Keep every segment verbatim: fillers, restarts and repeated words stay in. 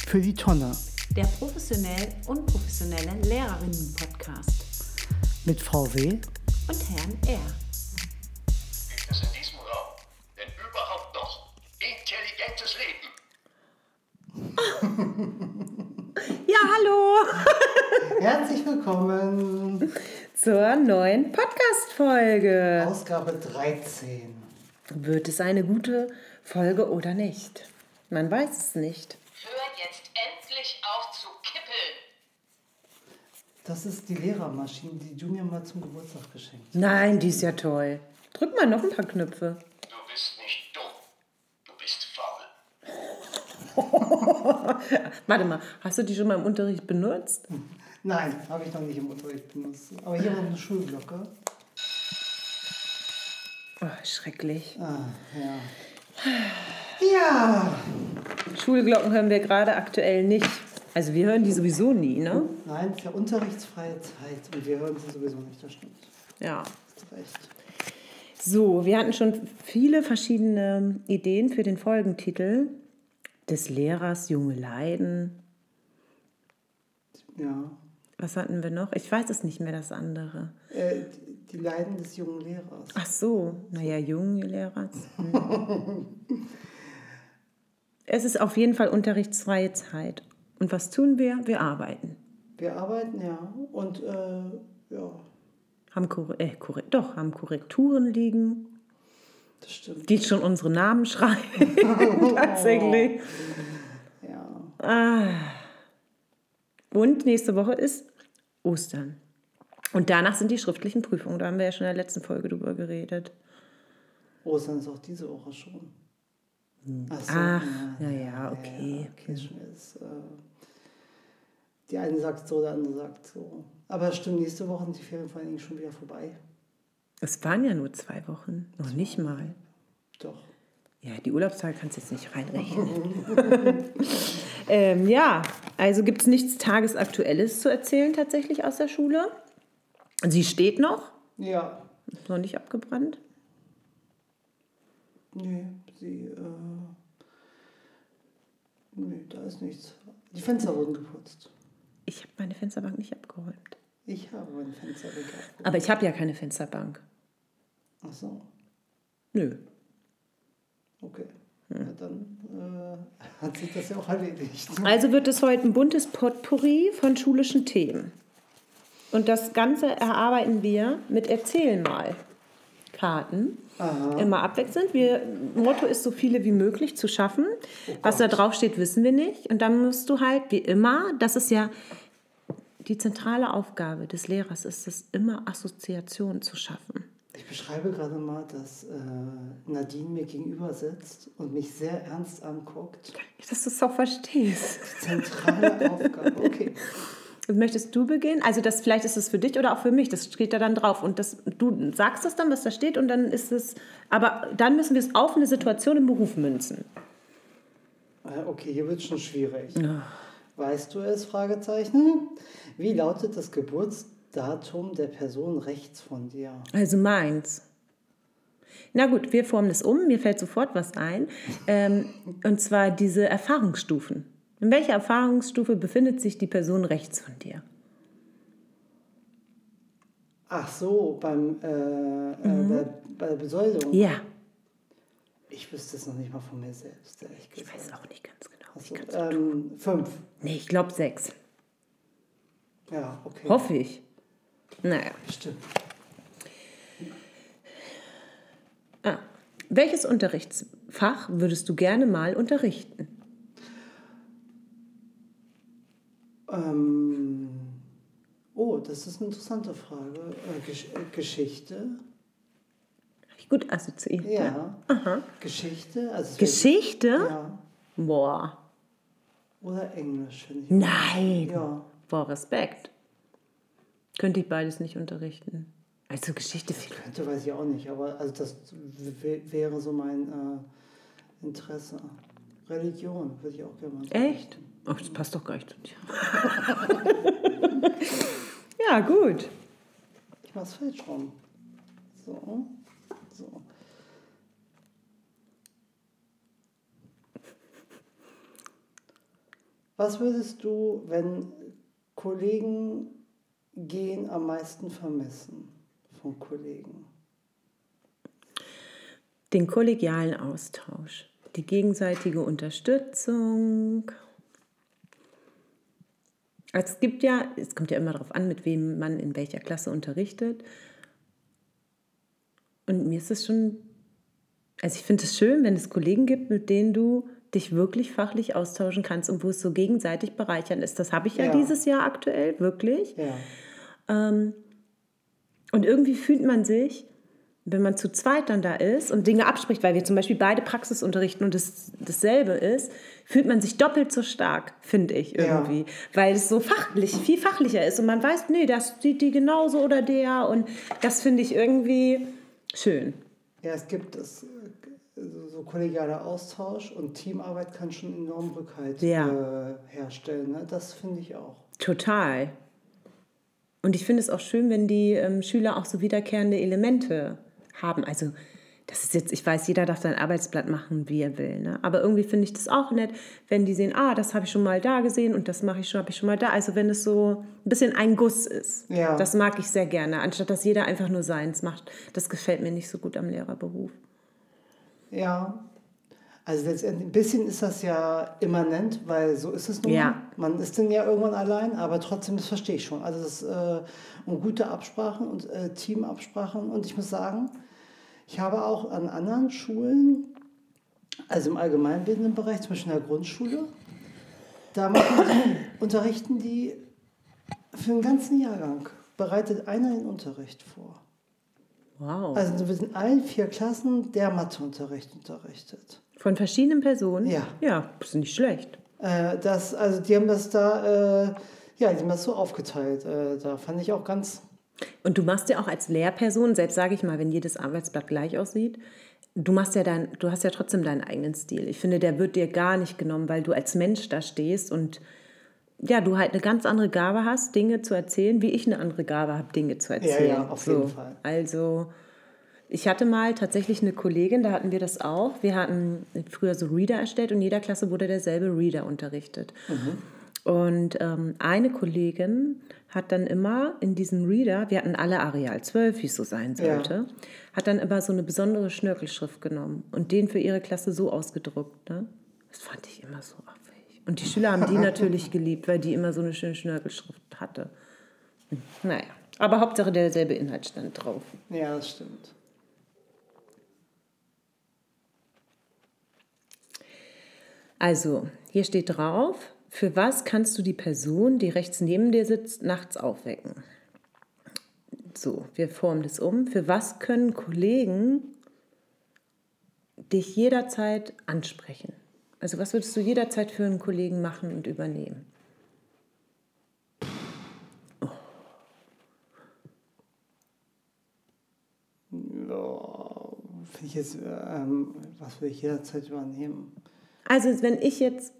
für die Tonne. Der professionell unprofessionelle Lehrerinnen-Podcast. Mit Frau W. und Herrn R. Gibt es in diesem Raum denn überhaupt noch intelligentes Leben? Ja, hallo! Herzlich willkommen Zur neuen Podcast-Folge. Ausgabe dreizehn. Wird es eine gute Folge oder nicht? Man weiß es nicht. Hör jetzt endlich auf zu kippeln. Das ist die Lehrermaschine, die du mir mal zum Geburtstag geschenkt hast. Nein, die ist ja toll. Drück mal noch ein paar Knöpfe. Du bist nicht dumm. Du bist faul. Warte mal, hast du die schon mal im Unterricht benutzt? Nein, habe ich noch nicht im Unterricht benutzt. Aber hier noch eine Schulglocke. Oh, schrecklich. Ah, ja. Ja. Schulglocken hören wir gerade aktuell nicht. Also wir hören die sowieso nie, ne? Nein, es ist ja unterrichtsfreie Zeit und wir hören sie sowieso nicht, das stimmt. Ja. Hast recht. So, wir hatten schon viele verschiedene Ideen für den Folgentitel. Des Lehrers junge Leiden. Ja. Was hatten wir noch? Ich weiß es nicht mehr, das andere. Äh, die, die Leiden des jungen Lehrers. Ach so, naja, junge Lehrer. Hm. Es ist auf jeden Fall unterrichtsfreie Zeit. Und was tun wir? Wir arbeiten. Wir arbeiten, ja. Und, äh, ja, Haben, Korre- äh, korre- doch, haben Korrekturen liegen, das stimmt. die schon unsere Namen schreiben. Tatsächlich. Ja. Ah. Und nächste Woche ist Ostern. Und danach sind die schriftlichen Prüfungen. Da haben wir ja schon in der letzten Folge drüber geredet. Ostern ist auch diese Woche schon. Ach, so, Ach, ja, ja, okay. Ja, okay, schon ist, äh, die eine sagt so, der andere sagt so. Aber stimmt, nächste Woche sind die Ferien vor allen Dingen schon wieder vorbei. Es waren ja nur zwei Wochen, noch nicht mal. Doch. Ja, die Urlaubstage kannst du jetzt nicht reinrechnen. ähm, ja, also gibt es nichts Tagesaktuelles zu erzählen tatsächlich aus der Schule. Sie steht noch, Ja. ist noch nicht abgebrannt. Nee, sie, äh, nee, da ist nichts. Die Fenster wurden geputzt. Ich habe meine Fensterbank nicht abgeräumt. Ich habe mein Fenster abgeputzt. Aber ich habe ja keine Fensterbank. Ach so, Nö. okay. Ja, dann äh, hat sich das ja auch erledigt. Also wird es heute ein buntes Potpourri von schulischen Themen. Und das Ganze erarbeiten wir mit Erzähl mal Karten. Aha. Immer abwechselnd. Wir, Motto ist, so viele wie möglich zu schaffen. Was da drauf steht, wissen wir nicht. Und dann musst du halt, wie immer, das ist ja die zentrale Aufgabe des Lehrers, ist es immer, Assoziationen zu schaffen. Ich beschreibe gerade mal, dass äh, Nadine mir gegenüber sitzt und mich sehr ernst anguckt. Dass du es auch verstehst. Zentrale Aufgabe, okay. Und möchtest du beginnen? Also das, vielleicht ist es für dich oder auch für mich, das steht da dann drauf. Und das, du sagst das dann, was da steht, und dann ist es, aber dann müssen wir es auf eine Situation im Beruf münzen. Äh, okay, hier wird es schon schwierig. Weißt du es? Fragezeichen. Wie lautet das Geburtsdatum der Person rechts von dir? Also meins. Na gut, wir formen das um, mir fällt sofort was ein. Ähm, und zwar diese Erfahrungsstufen. In welcher Erfahrungsstufe befindet sich die Person rechts von dir? Ach so, beim, äh, mhm. äh, bei, bei der Besoldung. Ja. Ich wüsste es noch nicht mal von mir selbst, ehrlich Ich gesagt. weiß auch nicht ganz genau. Ach so, Ich kann's ähm, fünf. nee, ich glaube sechs. Ja, okay. Hoffe ich. Naja. Stimmt. Ah. Welches Unterrichtsfach würdest du gerne mal unterrichten? Ähm, oh, das ist eine interessante Frage. Äh, Gesch äh, Geschichte. Gut assoziiert. Ja. Ne? Aha. Geschichte. Also es wär- Geschichte? Ja. Boah. Oder Englisch, finde ich. Nein. Ja. Boah, Respekt. Könnte ich beides nicht unterrichten. Also Geschichte viel. Könnte, weiß ich auch nicht, aber also das w- wäre so mein äh, Interesse. Religion würde ich auch gerne mal sagen. Echt? Oh, das passt doch gar nicht zu dir. Ja, gut. Ich mach's falsch rum. So. So. Was würdest du, wenn Kollegen gehen, am meisten vermissen von Kollegen? Den kollegialen Austausch, die gegenseitige Unterstützung. Also es gibt ja, es kommt ja immer darauf an, mit wem man in welcher Klasse unterrichtet. Und mir ist es schon, also ich finde es schön, wenn es Kollegen gibt, mit denen du dich wirklich fachlich austauschen kannst und wo es so gegenseitig bereichernd ist. Das habe ich ja, ja dieses Jahr aktuell, wirklich. Ja. Ähm, und irgendwie fühlt man sich, wenn man zu zweit dann da ist und Dinge abspricht, weil wir zum Beispiel beide Praxis unterrichten und das dasselbe ist, fühlt man sich doppelt so stark, finde ich irgendwie. Ja. Weil es so fachlich, viel fachlicher ist und man weiß, nee, das sieht die genauso oder der und das finde ich irgendwie schön. Ja, es gibt es, so kollegialer Austausch und Teamarbeit kann schon enorm Rückhalt ja. äh, herstellen. Ne? Das finde ich auch. Total. Und ich finde es auch schön, wenn die ähm, Schüler auch so wiederkehrende Elemente haben. Also das ist jetzt, ich weiß, jeder darf sein Arbeitsblatt machen, wie er will. Ne? Aber irgendwie finde ich das auch nett, wenn die sehen, ah, das habe ich schon mal da gesehen und das mache ich schon, habe ich schon mal da. Also wenn es so ein bisschen ein Guss ist. Ja. Das mag ich sehr gerne, anstatt dass jeder einfach nur seins macht. Das gefällt mir nicht so gut am Lehrerberuf. Ja, also letztendlich ein bisschen ist das ja immanent, weil so ist es nun. Ja. Man ist dann ja irgendwann allein, aber trotzdem, das verstehe ich schon. Also das äh, und gute Absprachen und äh, Teamabsprachen. Und ich muss sagen, ich habe auch an anderen Schulen, also im allgemeinbildenden Bereich, zum Beispiel in der Grundschule, da machen die, unterrichten die für den ganzen Jahrgang, bereitet einer den Unterricht vor. Wow. Also du wirst in allen vier Klassen der Matheunterricht unterrichtet. Von verschiedenen Personen? Ja. Ja, das ist nicht schlecht. Äh, das, also die haben das da, äh, ja, die haben das so aufgeteilt. Äh, da fand ich auch ganz... Und du machst ja auch als Lehrperson, selbst sage ich mal, wenn jedes Arbeitsblatt gleich aussieht, du machst ja dein, du hast ja trotzdem deinen eigenen Stil. Ich finde, der wird dir gar nicht genommen, weil du als Mensch da stehst und ja, du halt eine ganz andere Gabe hast, Dinge zu erzählen, wie ich eine andere Gabe habe, Dinge zu erzählen. Ja, ja, auf so. jeden Fall. Also ich hatte mal tatsächlich eine Kollegin, da hatten wir das auch. Wir hatten früher so Reader erstellt und in jeder Klasse wurde derselbe Reader unterrichtet. Mhm. Und ähm, eine Kollegin hat dann immer in diesem Reader, wir hatten alle Areal zwölf, wie es so sein sollte, ja. hat dann immer so eine besondere Schnörkelschrift genommen und den für ihre Klasse so ausgedruckt. Ne? Das fand ich immer so affig. Und die Schüler haben die natürlich geliebt, weil die immer so eine schöne Schnörkelschrift hatte. Naja, aber Hauptsache derselbe Inhalt stand drauf. Ja, das stimmt. Also, hier steht drauf, für was kannst du die Person, die rechts neben dir sitzt, nachts aufwecken? So, wir formen das um. Für was können Kollegen dich jederzeit ansprechen? Also, was würdest du jederzeit für einen Kollegen machen und übernehmen? Oh. Ja, finde ich jetzt, ähm, was würde ich jederzeit übernehmen? Also, wenn ich jetzt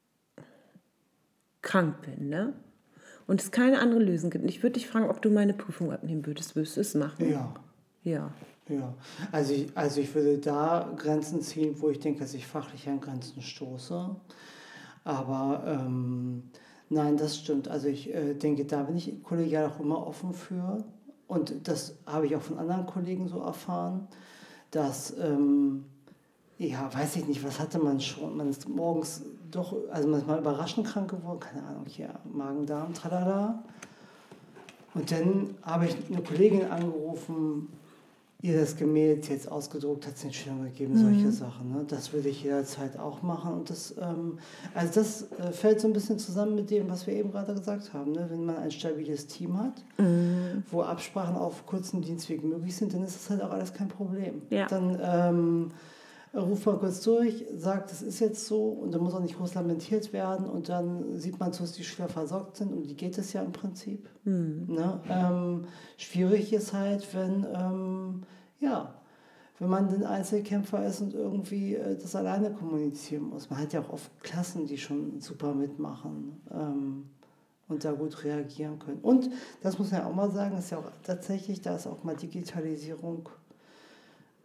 krank bin, ne? Und es keine andere Lösung gibt. Ich würde dich fragen, ob du meine Prüfung abnehmen würdest. Würdest du es machen? Ja. Ja. Ja. Also ich, also ich würde da Grenzen ziehen, wo ich denke, dass ich fachlich an Grenzen stoße. Aber ähm, nein, das stimmt. Also ich äh, denke, da bin ich kollegial auch immer offen für. Und das habe ich auch von anderen Kollegen so erfahren, dass... Ähm, ja, weiß ich nicht, was hatte man schon? Man ist morgens doch, also man ist mal überraschend krank geworden, keine Ahnung, hier Magen-Darm, tralala. Und dann habe ich eine Kollegin angerufen, ihr das Gemälde jetzt ausgedruckt, hat es den Schülern gegeben, mhm. solche Sachen. Ne? Das würde ich jederzeit auch machen. Und das, ähm, also das äh, fällt so ein bisschen zusammen mit dem, was wir eben gerade gesagt haben. Ne? Wenn man ein stabiles Team hat, mhm. wo Absprachen auf kurzem Dienstweg möglich sind, dann ist das halt auch alles kein Problem. Ja. Dann ähm, ruft man kurz durch, sagt, das ist jetzt so und dann muss auch nicht groß lamentiert werden und dann sieht man zu, dass die Schüler versorgt sind, um die geht es ja im Prinzip. Mhm. Ne? Ähm, schwierig ist halt, wenn, ähm, ja, wenn man ein Einzelkämpfer ist und irgendwie äh, das alleine kommunizieren muss. Man hat ja auch oft Klassen, die schon super mitmachen ähm, und da gut reagieren können. Und, das muss man ja auch mal sagen, ist ja auch tatsächlich, da ist auch mal Digitalisierung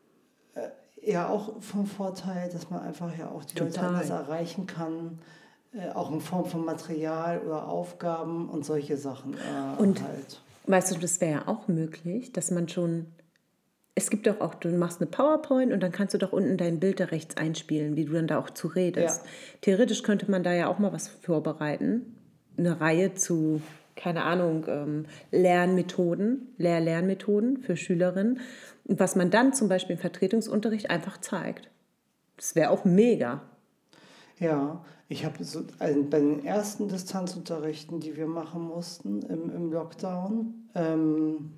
äh, ja auch vom Vorteil, dass man einfach ja auch die Total. Leute anders erreichen kann, äh, auch in Form von Material oder Aufgaben und solche Sachen äh, Und halt. weißt du, das wäre ja auch möglich, dass man schon, es gibt doch auch, du machst eine PowerPoint und dann kannst du doch unten dein Bild da rechts einspielen, wie du dann da auch zu redest. Ja. Theoretisch könnte man da ja auch mal was vorbereiten. Eine Reihe zu, keine Ahnung, ähm, Lernmethoden, Lehr-Lernmethoden für Schülerinnen. Und was man dann zum Beispiel im Vertretungsunterricht einfach zeigt. Das wäre auch mega. Ja, ich habe so, also bei den ersten Distanzunterrichten, die wir machen mussten im, im Lockdown, ähm,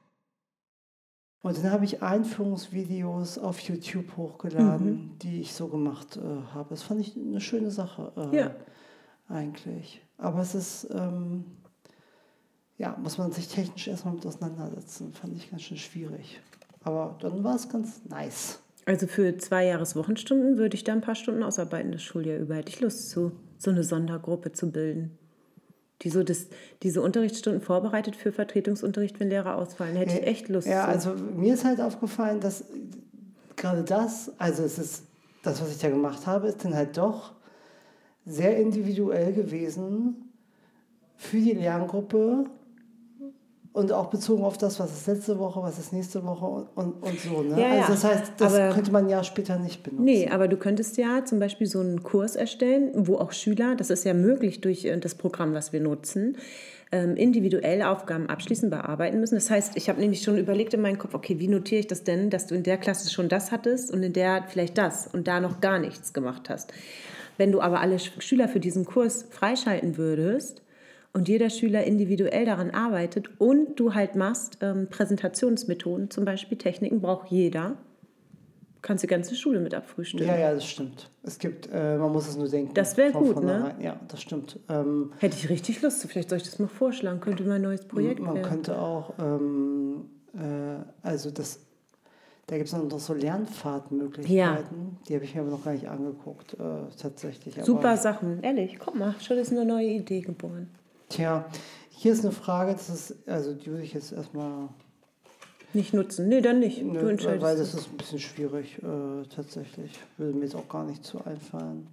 und dann habe ich Einführungsvideos auf YouTube hochgeladen, Mhm. die ich so gemacht äh, habe. Das fand ich eine schöne Sache äh, Ja. eigentlich. Aber es ist, ähm, ja, muss man sich technisch erstmal mit auseinandersetzen. Fand ich ganz schön schwierig. Aber dann war es ganz nice. Also für zwei Jahreswochenstunden würde ich da ein paar Stunden ausarbeiten, das Schuljahr über. Hätte ich Lust zu, so eine Sondergruppe zu bilden. Die so das, diese Unterrichtsstunden vorbereitet für Vertretungsunterricht, wenn Lehrer ausfallen. Hätte ich echt Lust Ja, zu. also mir ist halt aufgefallen, dass gerade das, also es ist, das, was ich da gemacht habe, ist dann halt doch sehr individuell gewesen für die Lerngruppe und auch bezogen auf das, was ist letzte Woche, was ist nächste Woche und, und, und so. Ne? Ja, also ja. das heißt, das Aber- könnte man ja später nicht benutzen. Nee, aber du könntest ja zum Beispiel so einen Kurs erstellen, wo auch Schüler, das ist ja möglich durch äh, das Programm, was wir nutzen, ähm, individuell Aufgaben abschließend bearbeiten müssen. Das heißt, ich habe nämlich schon überlegt in meinem Kopf, okay, wie notiere ich das denn, dass du in der Klasse schon das hattest und in der vielleicht das und da noch gar nichts gemacht hast. Wenn du aber alle Sch- Schüler für diesen Kurs freischalten würdest und jeder Schüler individuell daran arbeitet und du halt machst ähm, Präsentationsmethoden, zum Beispiel Techniken, braucht jeder, kannst die ganze Schule mit abfrühstücken. Ja, ja, das stimmt. Es gibt, äh, man muss es nur denken. Das wär von gut, ne? vornherein. Ja, das stimmt. Ähm, Hätte ich richtig Lust zu. Vielleicht soll ich das mal vorschlagen. Könnte mein neues Projekt man werden. könnte auch, ähm, äh, also das, da gibt es noch so Lernfahrtmöglichkeiten. Die habe ich mir aber noch gar nicht angeguckt, äh, tatsächlich. Aber, Super Sachen. Ehrlich, guck mal, schon ist eine neue Idee geboren. Tja, hier ist eine Frage, das ist, also die würde ich jetzt erstmal, Nicht nutzen. Nee, dann nicht. ne, Du entscheidest. weil das ist ein bisschen schwierig, äh, tatsächlich. Würde mir jetzt auch gar nicht so einfallen.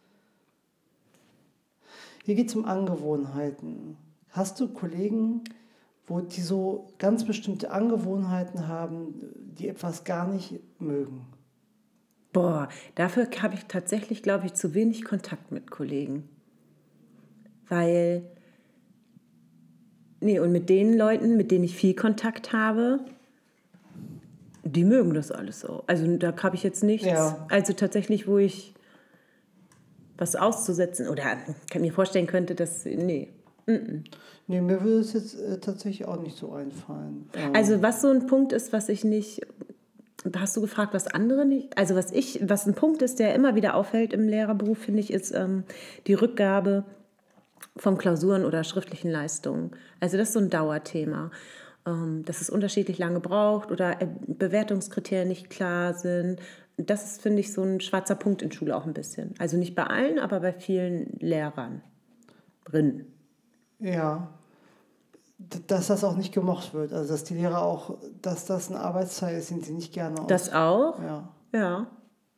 Hier geht es um Angewohnheiten. Hast du Kollegen, wo die so ganz bestimmte Angewohnheiten haben, die etwas gar nicht mögen? Boah, dafür habe ich tatsächlich, glaube ich, zu wenig Kontakt mit Kollegen. Weil, nee, und mit den Leuten, mit denen ich viel Kontakt habe, die mögen das alles so. Also da habe ich jetzt nichts. Ja. Also tatsächlich, wo ich was auszusetzen oder kann mir vorstellen könnte, dass, nee. Nee, mir würde es jetzt äh, tatsächlich auch nicht so einfallen. Ähm, Also was so ein Punkt ist, was ich nicht, hast du gefragt, was andere nicht, also was ich, was ein Punkt ist, der immer wieder auffällt im Lehrerberuf, finde ich, ist ähm, die Rückgabe von Klausuren oder schriftlichen Leistungen. Also das ist so ein Dauerthema, ähm, dass es unterschiedlich lange braucht oder äh, Bewertungskriterien nicht klar sind. Das ist, finde ich, so ein schwarzer Punkt in Schule auch ein bisschen. Also nicht bei allen, aber bei vielen Lehrern drin. ja, D- dass das auch nicht gemocht wird. Also dass die Lehrer auch, dass das ein Arbeitsteil ist, den sie nicht gerne aus. Das auch? Ja. Ja.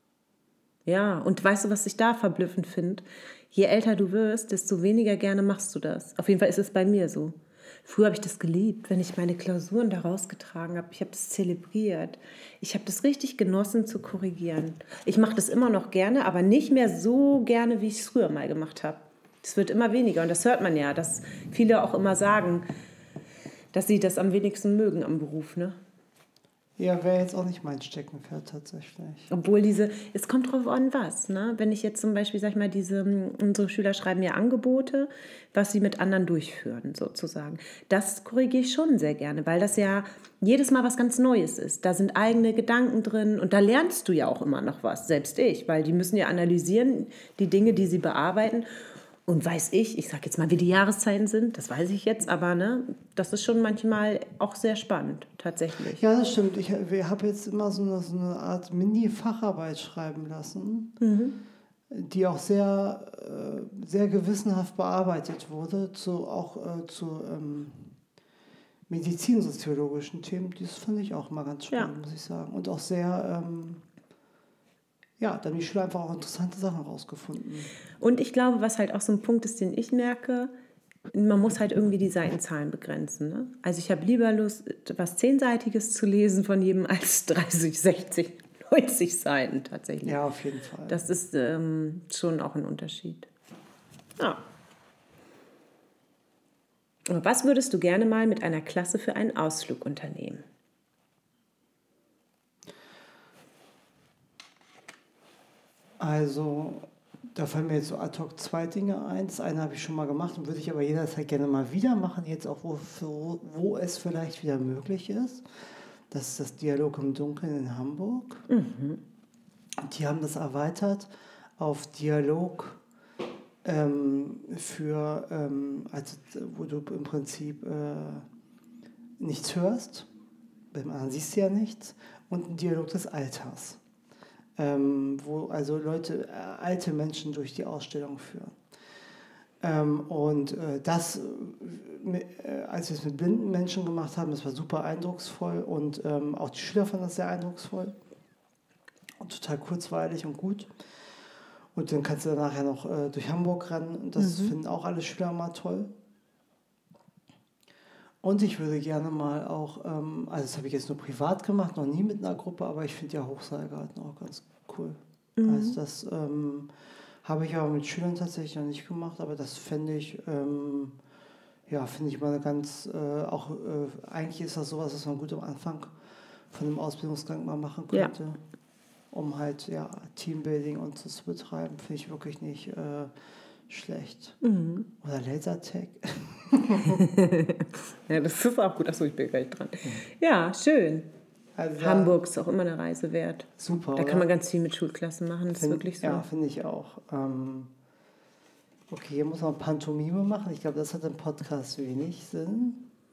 Ja, und weißt du, was ich da verblüffend finde? Je älter du wirst, desto weniger gerne machst du das. Auf jeden Fall ist es bei mir so. Früher habe ich das geliebt, wenn ich meine Klausuren da rausgetragen habe. Ich habe das zelebriert. Ich habe das richtig genossen zu korrigieren. Ich mache das immer noch gerne, aber nicht mehr so gerne, wie ich es früher mal gemacht habe. Es wird immer weniger und das hört man ja, dass viele auch immer sagen, dass sie das am wenigsten mögen am Beruf, ne? Ja, wäre jetzt auch nicht mein Steckenpferd tatsächlich. Obwohl diese, es kommt drauf an, was, ne? Wenn ich jetzt zum Beispiel, sag ich mal, diese, unsere Schüler schreiben mir Angebote, was sie mit anderen durchführen, sozusagen. Das korrigiere ich schon sehr gerne, weil das ja jedes Mal was ganz Neues ist. Da sind eigene Gedanken drin und da lernst du ja auch immer noch was, selbst ich, weil die müssen ja analysieren, die Dinge, die sie bearbeiten. Und weiß ich, ich sage jetzt mal, wie die Jahreszeiten sind, das weiß ich jetzt, aber ne, das ist schon manchmal auch sehr spannend, tatsächlich. Ja, das stimmt. Ich habe jetzt immer so eine, so eine Art Mini-Facharbeit schreiben lassen, die auch sehr, äh, sehr gewissenhaft bearbeitet wurde, zu, auch äh, zu ähm, medizinsoziologischen Themen. Das fand ich auch mal ganz spannend, Ja. muss ich sagen. Und auch sehr, ähm, ja, da haben die Schüler einfach auch interessante Sachen rausgefunden. Und ich glaube, was halt auch so ein Punkt ist, den ich merke, man muss halt irgendwie die Seitenzahlen begrenzen. Ne? Also ich habe lieber Lust, was Zehnseitiges zu lesen von jedem als dreißig, sechzig, neunzig Seiten tatsächlich. Ja, auf jeden Fall. Das ist ähm, schon auch ein Unterschied. Ja. Und was würdest du gerne mal mit einer Klasse für einen Ausflug unternehmen? Also, da fallen mir jetzt so ad hoc zwei Dinge ein. Das eine habe ich schon mal gemacht und würde ich aber jederzeit gerne mal wieder machen, jetzt auch wo, wo, wo es vielleicht wieder möglich ist. Das ist das Dialog im Dunkeln in Hamburg. Mhm. Die haben das erweitert auf Dialog ähm, für, ähm, also, wo du im Prinzip äh, nichts hörst, beim anderen siehst du ja nichts, und ein Dialog des Alters. Ähm, wo also Leute, äh, alte Menschen durch die Ausstellung führen. Ähm, und äh, das, äh, als wir es mit blinden Menschen gemacht haben, das war super eindrucksvoll und ähm, auch die Schüler fanden das sehr eindrucksvoll und total kurzweilig und gut. Und dann kannst du dann nachher noch äh, durch Hamburg rennen und das mhm. finden auch alle Schüler mal toll. Und ich würde gerne mal auch, ähm, also das habe ich jetzt nur privat gemacht, noch nie mit einer Gruppe, aber ich finde ja Hochseilgarten auch ganz cool. Mhm. Also das ähm, habe ich aber mit Schülern tatsächlich noch nicht gemacht, aber das fände ich, ähm, ja, finde ich mal eine ganz, äh, auch, äh, eigentlich ist das sowas, was man gut am Anfang von einem Ausbildungsgang mal machen könnte, ja. um halt, ja, Teambuilding und so zu betreiben, finde ich wirklich nicht äh, schlecht. Mhm. Oder Lasertag. Ja, das ist auch gut. Achso, ich bin gleich dran. Ja, schön. Also Hamburg ist auch immer eine Reise wert. Super, Da oder? Kann man ganz viel mit Schulklassen machen. Das find, ist wirklich so. Ja, finde ich auch. Ähm, okay, hier muss man Pantomime machen. Ich glaube, das hat im Podcast wenig Sinn.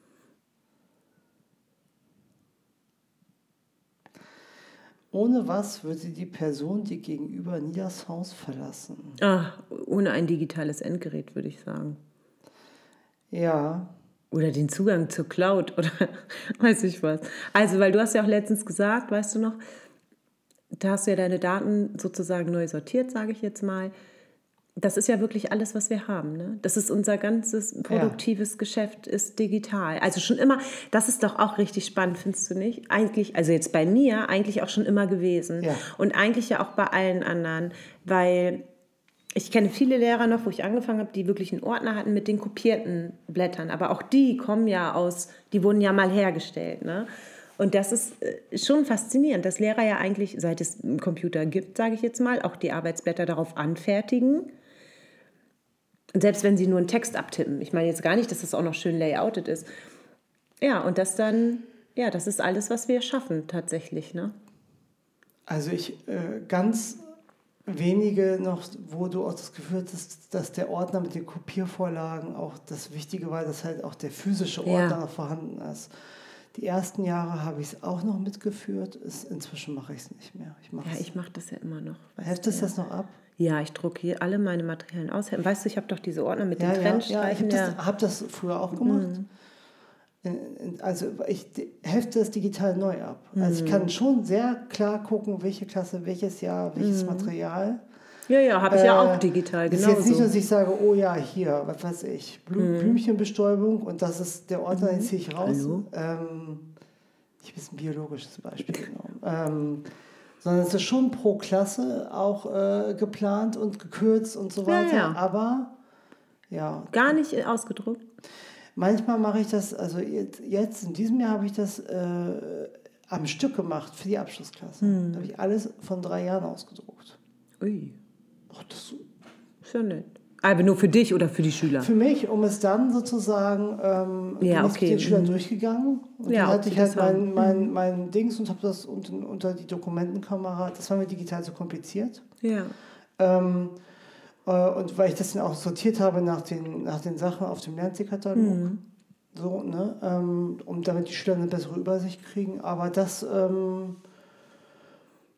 Ohne was würde die Person dir gegenüber nie das Haus verlassen? Ah, ohne ein digitales Endgerät, würde ich sagen. Ja. Oder den Zugang zur Cloud oder weiß ich was. Also, weil du hast ja auch letztens gesagt, weißt du noch, da hast du ja deine Daten sozusagen neu sortiert, sage ich jetzt mal. Das ist ja wirklich alles, was wir haben. Ne? Das ist unser ganzes produktives ja. Geschäft, ist digital. Also schon immer, das ist doch auch richtig spannend, findest du nicht? Eigentlich, also jetzt bei mir, eigentlich auch schon immer gewesen. Ja. Und eigentlich ja auch bei allen anderen, weil ich kenne viele Lehrer noch, wo ich angefangen habe, die wirklich einen Ordner hatten mit den kopierten Blättern. Aber auch die kommen ja aus, die wurden ja mal hergestellt. Ne? Und das ist schon faszinierend, dass Lehrer ja eigentlich, seit es einen Computer gibt, sage ich jetzt mal, auch die Arbeitsblätter darauf anfertigen. Und selbst wenn sie nur einen Text abtippen, ich meine jetzt gar nicht, dass das auch noch schön layoutet ist. Ja, und das dann, ja, das ist alles, was wir schaffen tatsächlich, ne? Also ich, äh, ganz wenige noch, wo du auch das Gefühl hattest, dass der Ordner mit den Kopiervorlagen auch das Wichtige war, dass halt auch der physische Ordner ja. noch vorhanden ist. Die ersten Jahre habe ich es auch noch mitgeführt, ist, inzwischen mache ich es nicht mehr. Ich ja, ich mache das ja immer noch. Heftest du das noch ab? Ja, ich drucke hier alle meine Materialien aus. Weißt du, ich habe doch diese Ordner mit ja, den Trennstreichen. Ja, ja, ich habe das, hab das früher auch gemacht. Mhm. Also ich hefte das digital neu ab. Mhm. Also ich kann schon sehr klar gucken, welche Klasse, welches Jahr, welches mhm. Material. Ja, ja, habe ich äh, ja auch digital, genau. Es ist jetzt nicht, dass ich sage, oh ja, hier, was weiß ich, Blü- mhm. Blümchenbestäubung und das ist der Ordner, den ziehe ich raus. Ähm, ich habe jetzt ein biologisches Beispiel genommen. Ähm, sondern es ist schon pro Klasse auch äh, geplant und gekürzt und so weiter. Ja, ja. Aber, ja. Gar nicht ausgedruckt? Manchmal mache ich das, also jetzt, jetzt in diesem Jahr habe ich das äh, am Stück gemacht für die Abschlussklasse. Hm. Da habe ich alles von drei Jahren ausgedruckt. Ui. Oh, das schon nett. Aber nur für dich oder für die Schüler? Für mich, um es dann sozusagen, ähm, ja, bin okay. ich mit den Schülern durchgegangen. Und ja, dann hatte ich halt mein, mein, mein Dings und habe das unter, unter die Dokumentenkamera, das war mir digital so kompliziert. Ja. Ähm, äh, und weil ich das dann auch sortiert habe nach den, nach den Sachen auf dem Lernzielkatalog, mhm. so, ne, ähm, um damit die Schüler eine bessere Übersicht kriegen. Aber das, ähm,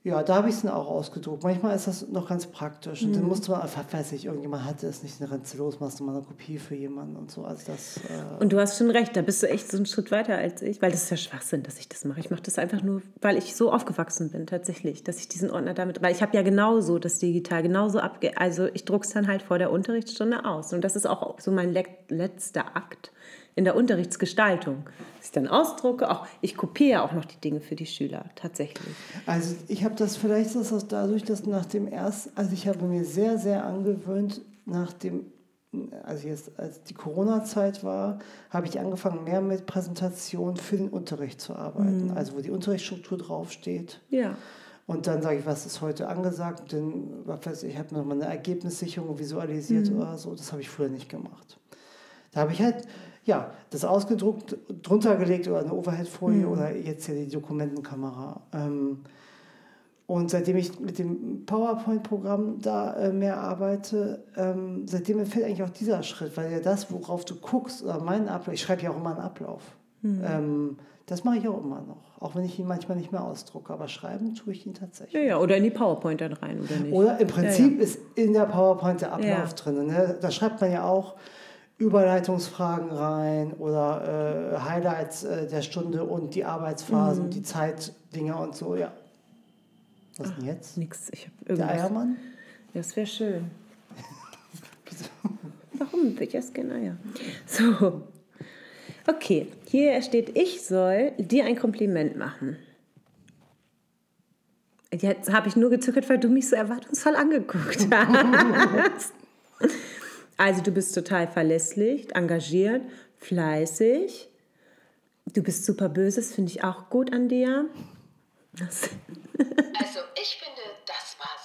Ja, da habe ich es dann auch ausgedruckt. Manchmal ist das noch ganz praktisch. Und Mhm. dann musste man einfach, weiß ich, irgendjemand hatte es nicht, dann rennst du los, machst du mal eine Kopie für jemanden und so. Also das, äh, Und du hast schon recht, da bist du echt so einen Schritt weiter als ich, weil das ist ja Schwachsinn, dass ich das mache. Ich mache das einfach nur, weil ich so aufgewachsen bin tatsächlich, dass ich diesen Ordner damit, weil ich habe ja genauso das digital, genauso abge... Also ich drucke es dann halt vor der Unterrichtsstunde aus. Und das ist auch so mein le- letzter Akt in der Unterrichtsgestaltung. Dass ich dann ausdrucke, auch ich kopiere auch noch die Dinge für die Schüler, tatsächlich. Also ich habe das, vielleicht ist das dadurch, dass nach dem ersten, also ich habe mir sehr, sehr angewöhnt, nach dem, also jetzt als die Corona-Zeit war, habe ich angefangen, mehr mit Präsentationen für den Unterricht zu arbeiten. Also wo die Unterrichtsstruktur draufsteht. Ja. Und dann sage ich, was ist heute angesagt? Denn, was weiß ich, ich habe nochmal eine Ergebnissicherung visualisiert Mhm. oder so. Das habe ich früher nicht gemacht. Da habe ich halt, ja, das ausgedruckt, drunter gelegt oder eine Overhead-Folie Mhm. oder jetzt hier die Dokumentenkamera. Ähm, und seitdem ich mit dem PowerPoint-Programm da äh, mehr arbeite, ähm, seitdem empfiehlt eigentlich auch dieser Schritt, weil ja das, worauf du guckst, oder meinen Ablauf, ich schreibe ja auch immer einen Ablauf. Mhm. Ähm, das mache ich auch immer noch, auch wenn ich ihn manchmal nicht mehr ausdrucke, aber schreiben tue ich ihn tatsächlich. Ja, ja, oder in die PowerPoint dann rein, oder nicht? Oder im Prinzip Ja, ja. ist in der PowerPoint der Ablauf Ja. drin. Ne? Da schreibt man ja auch Überleitungsfragen rein oder äh, Highlights äh, der Stunde und die Arbeitsphasen, Mhm. die Zeitdinger und so, ja. Was denn jetzt? Nix, ich habe Der irgendwas. Eiermann? Das wäre schön. Warum? Ich esse gerne Eier. So. Okay, hier steht, ich soll dir ein Kompliment machen. Jetzt habe ich nur gezögert, weil du mich so erwartungsvoll angeguckt hast. Also du bist total verlässlich, engagiert, fleißig. Du bist super böse, das finde ich auch gut an dir. Das Also ich finde, das war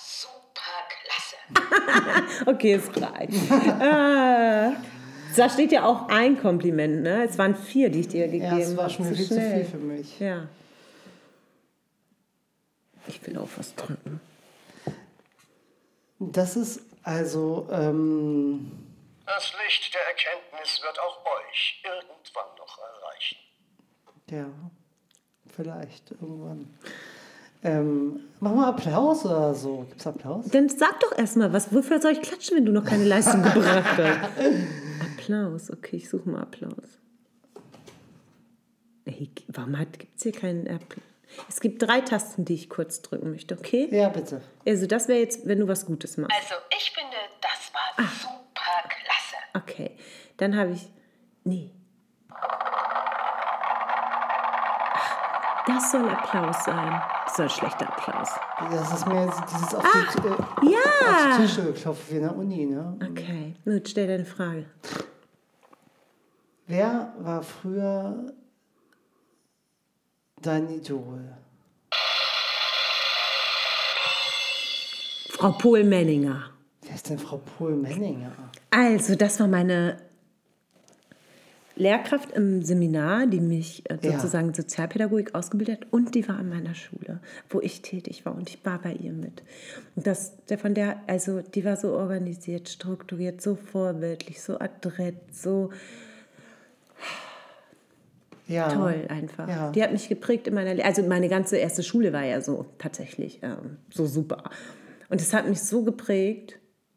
super klasse. Okay, es reicht. ah, da steht ja auch ein Kompliment, ne? Es waren vier, die ich dir gegeben habe. Ja, es war schon Zu viel zu schnell. viel für mich. Ja. Ich will auch was drücken. Das ist also, ähm, Das Licht der Erkenntnis wird auch euch irgendwann noch erreichen. ja, vielleicht irgendwann. Ähm, machen wir Applaus oder so? Gibt's Applaus? Dann sag doch erstmal was. Wofür soll ich klatschen, wenn du noch keine Leistung gebracht hast? Applaus. Okay, ich suche mal Applaus. Hey, warum gibt es hier keinen Applaus? Es gibt drei Tasten, die ich kurz drücken möchte, okay? Ja, bitte. Also das wäre jetzt, wenn du was Gutes machst. Also ich finde, das war super klasse. Okay, dann habe ich... Nee. Ach, das soll Applaus sein. Das soll schlechter Applaus. Das ist mir jetzt dieses auf die, äh, Ja! auf die Tische geklopft wie in der Uni, ne? Okay, nun stell deine Frage. Wer war früher dein Idol? Frau Pohl-Menninger. Wer ist denn Frau Pohl-Menninger? Also, das war meine Lehrkraft im Seminar, die mich äh, Ja. sozusagen Sozialpädagogik ausgebildet hat, und die war an meiner Schule, wo ich tätig war, und ich war bei ihr mit. Und das, der von der, also die war so organisiert, strukturiert, so vorbildlich, so adrett, so Ja. toll einfach. Ja. Die hat mich geprägt in meiner, Le- also meine ganze erste Schule war ja so tatsächlich ähm, so super. Und es hat mich so geprägt.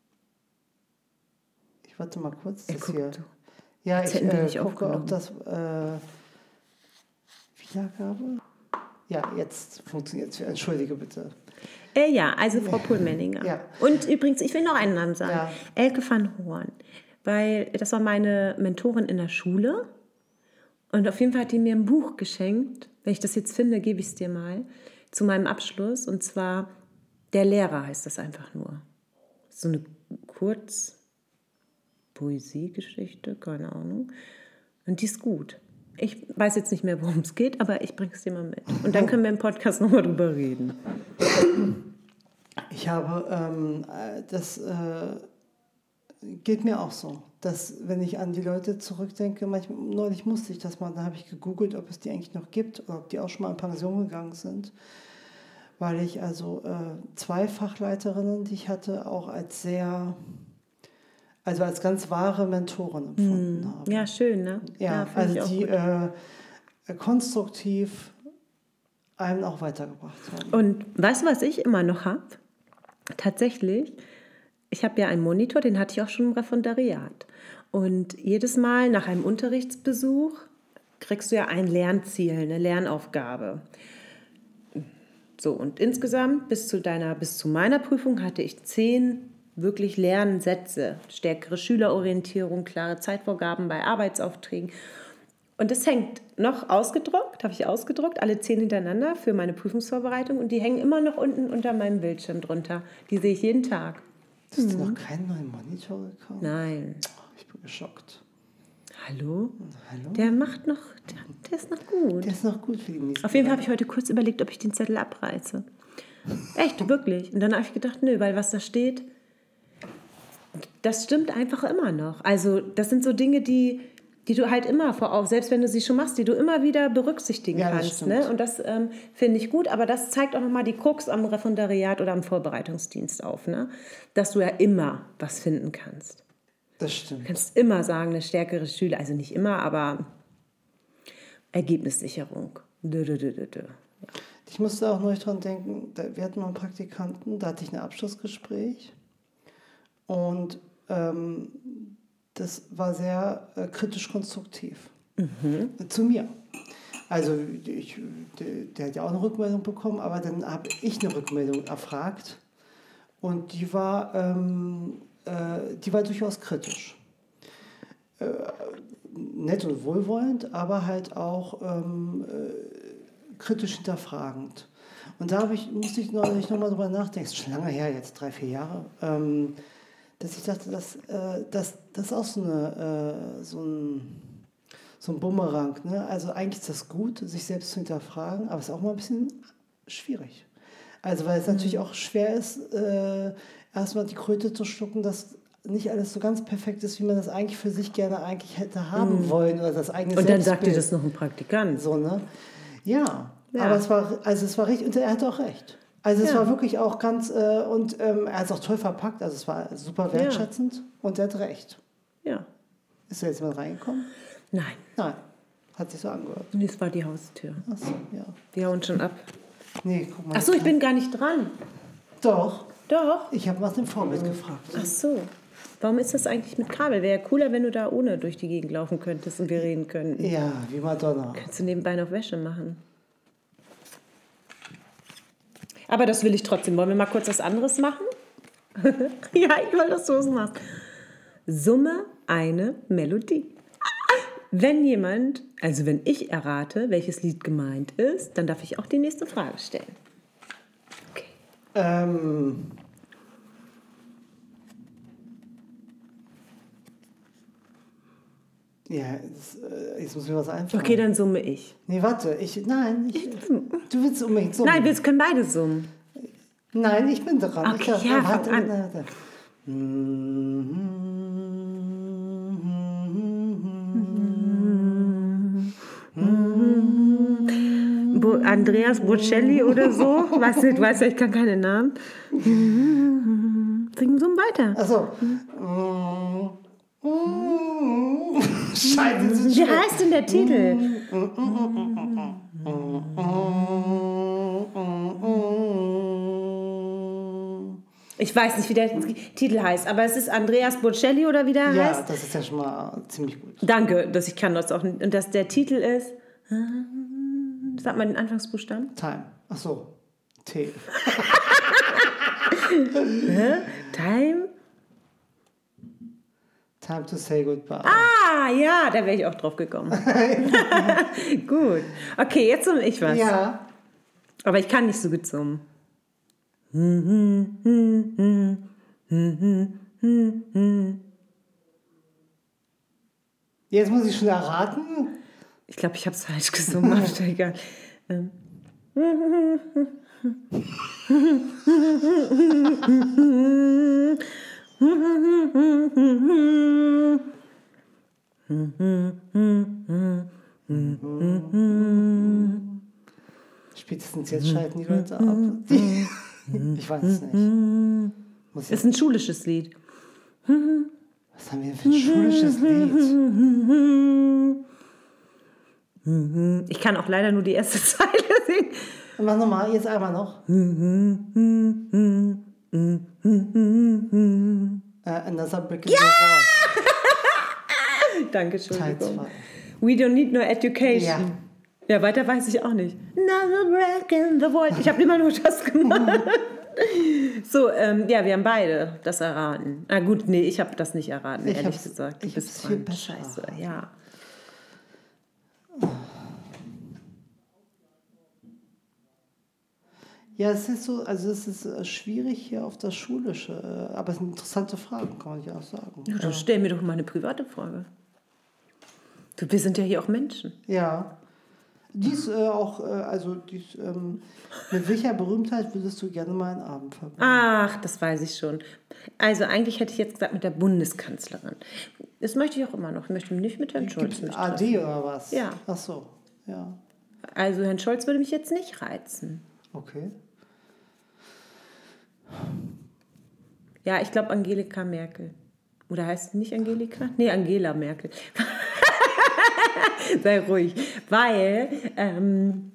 Ich warte mal kurz. Er Das guckt hier. so. Ja, Als ich hätten wir äh, nicht gucke, ob aufgenommen. das äh, Wiedergabe. Ja, jetzt funktioniert es. Entschuldige bitte. Äh, ja, also Frau Pohl-Menninger. Ja. Und übrigens, ich will noch einen Namen sagen. Ja. Elke van Hoorn. Weil das war meine Mentorin in der Schule. Und auf jeden Fall hat die mir ein Buch geschenkt. Wenn ich das jetzt finde, gebe ich es dir mal. Zu meinem Abschluss. Und zwar Der Lehrer heißt das einfach nur. So eine Kurz-Poesiegeschichte, keine Ahnung. Und die ist gut. Ich weiß jetzt nicht mehr, worum es geht, aber ich bringe es dir mal mit. Und dann können wir im Podcast nochmal drüber reden. Ich habe, ähm, äh, das äh, geht mir auch so, dass wenn ich an die Leute zurückdenke, manchmal, neulich musste ich das mal, dann habe ich gegoogelt, ob es die eigentlich noch gibt oder ob die auch schon mal in Pension gegangen sind, weil ich also äh, zwei Fachleiterinnen, die ich hatte, auch als sehr, also als ganz wahre Mentoren empfunden habe. Ja, schön, ne? Ja, finde ich also auch die gut. äh, konstruktiv einem auch weitergebracht haben. Und weißt du, was ich immer noch habe? Tatsächlich, ich habe ja einen Monitor, den hatte ich auch schon im Referendariat. Und jedes Mal nach einem Unterrichtsbesuch kriegst du ja ein Lernziel, eine Lernaufgabe. So, und insgesamt bis zu deiner, bis zu meiner Prüfung hatte ich zehn wirklich Lernsätze, stärkere Schülerorientierung, klare Zeitvorgaben bei Arbeitsaufträgen. Und das hängt noch ausgedruckt, habe ich ausgedruckt, alle zehn hintereinander für meine Prüfungsvorbereitung. Und die hängen immer noch unten unter meinem Bildschirm drunter. Die sehe ich jeden Tag. Hast du noch keinen neuen Monitor gekauft? Nein. Oh, ich bin geschockt. Hallo? Hallo? Der macht noch, der, der ist noch gut. Der ist noch gut für die nächsten Auf jeden Fall habe ich heute kurz überlegt, ob ich den Zettel abreiße. Echt, wirklich. Und dann habe ich gedacht, nö, weil was da steht, das stimmt einfach immer noch. Also das sind so Dinge, die, die du halt immer vor Augen, selbst wenn du sie schon machst, die du immer wieder berücksichtigen Ja, das kannst. stimmt. Ne? Und das ähm, finde ich gut, aber das zeigt auch nochmal die Krux am Referendariat oder am Vorbereitungsdienst auf, ne? Dass du ja immer was finden kannst. Das stimmt. Du kannst immer sagen, eine stärkere Schüler, also nicht immer, aber Ergebnissicherung. Dö, dö, dö, dö, dö. Ich musste auch neulich dran denken, da, wir hatten mal einen Praktikanten, da hatte ich ein Abschlussgespräch und ähm, das war sehr äh, kritisch konstruktiv. Mhm. Zu mir. Also ich, der, der hat ja auch eine Rückmeldung bekommen, aber dann habe ich eine Rückmeldung erfragt und die war, ähm, äh, die war durchaus kritisch. Äh, nett und wohlwollend, aber halt auch ähm, äh, kritisch hinterfragend. Und da habe ich, musste ich neulich nochmal drüber nachdenken, ist schon lange her, jetzt drei, vier Jahre, ähm, dass ich dachte, dass, äh, dass das ist auch so, eine, äh, so, ein, so ein Bumerang. Ne? Also eigentlich ist das gut, sich selbst zu hinterfragen, aber es ist auch mal ein bisschen schwierig. Also weil es natürlich auch schwer ist, äh, erstmal die Kröte zu schlucken, dass nicht alles so ganz perfekt ist, wie man das eigentlich für sich gerne eigentlich hätte haben wollen. Oder das eigene Und dann sagt dir Selbstbild. das noch ein Praktikant. So, ne? Ja, Ja. aber es war, also es war richtig, und er hatte auch recht. Also es Ja. war wirklich auch ganz, äh, und ähm, er hat es auch toll verpackt, also es war super wertschätzend und er hat recht. Ja. Ist da jetzt mal reingekommen? Nein, Nein, hat sich so angehört. das war die Haustür. Achso, ja. Wir hauen schon ab. Nee, guck mal. Ach so, ich bin gar nicht dran. Doch, Doch. ich habe nach dem Vorbild gefragt. Ach so. Warum ist das eigentlich mit Kabel? Wäre ja cooler, wenn du da ohne durch die Gegend laufen könntest und wir reden könnten. Ja, wie Madonna. Kannst du nebenbei noch Wäsche machen. Aber das will ich trotzdem. Wollen wir mal kurz was anderes machen? Ja, ich will, dass du es machst. Summe eine Melodie. Wenn jemand, also wenn ich errate, welches Lied gemeint ist, dann darf ich auch die nächste Frage stellen. Okay. Ähm... Ja, das, äh, jetzt muss mir was einfallen. Okay, dann summe ich. Nee, warte, ich, nein, ich, du willst unbedingt summen. Nein, wir können beide summen. Nein, ich bin dran. Okay, ich, ja, warte, fang an. warte. Bo Andreas Bocelli oder so. Weißt du, du weißt ja, ich kann keine Namen. Sing so weiter. Achso. Scheiße, das ist Wie schwer. heißt denn der Titel? Ich weiß nicht, wie der Titel heißt, aber es ist Andreas Bocelli oder wie der Ja, heißt. das ist ja schon mal ziemlich gut. Danke, dass ich kann das auch nicht. Und dass der Titel ist. Sag mal den Anfangsbuchstaben. Time. Achso. T. Hä? Time? Time to say goodbye. Ah, ja, da wäre ich auch drauf gekommen. Gut. Okay, jetzt summe ich was. Ja. Aber ich kann nicht so gut summen. Jetzt muss ich schon erraten. Ich glaube, ich habe es falsch gesummt. Aber ist ja egal. Ähm. Spätestens jetzt schalten die Leute ab. Die, ich weiß es nicht. Muss Ist ein schulisches Lied. Was haben wir denn für ein schulisches Lied? Ich kann auch leider nur die erste Zeile singen. Mach nochmal, jetzt einmal noch. äh, another brick in the wall. Danke, Teil Entschuldigung. zwei. We don't need no education. Ja. Ja, weiter weiß ich auch nicht. Another break in the wall. Ich habe immer nur das gemacht. So, ähm, ja, wir haben beide das erraten. Ah gut, nee, ich habe das nicht erraten, Ich ehrlich hab's- gesagt. Du ich bist hab's viel dran. besser Scheiße, erraten. ja. Ja, es ist so, also es ist äh, schwierig hier auf das Schulische, äh, aber es sind interessante Fragen, kann man ja auch sagen. Ja, dann stell mir doch mal eine private Frage. Du, wir sind ja hier auch Menschen. Ja. Dies äh, auch, äh, also dies, ähm, mit welcher Berühmtheit würdest du gerne mal einen Abend verbringen? Ach, das weiß ich schon. Also eigentlich hätte ich jetzt gesagt mit der Bundeskanzlerin. Das möchte ich auch immer noch. Ich möchte nicht mit Herrn Scholz Gibt's mich ein treffen. A D oder was? Ja. Ach so, ja, Also Herrn Scholz würde mich jetzt nicht reizen. okay. Ja, ich glaube Angelika Merkel. Oder heißt sie nicht Angelika? Nee, Angela Merkel. Sei ruhig. Weil, ähm,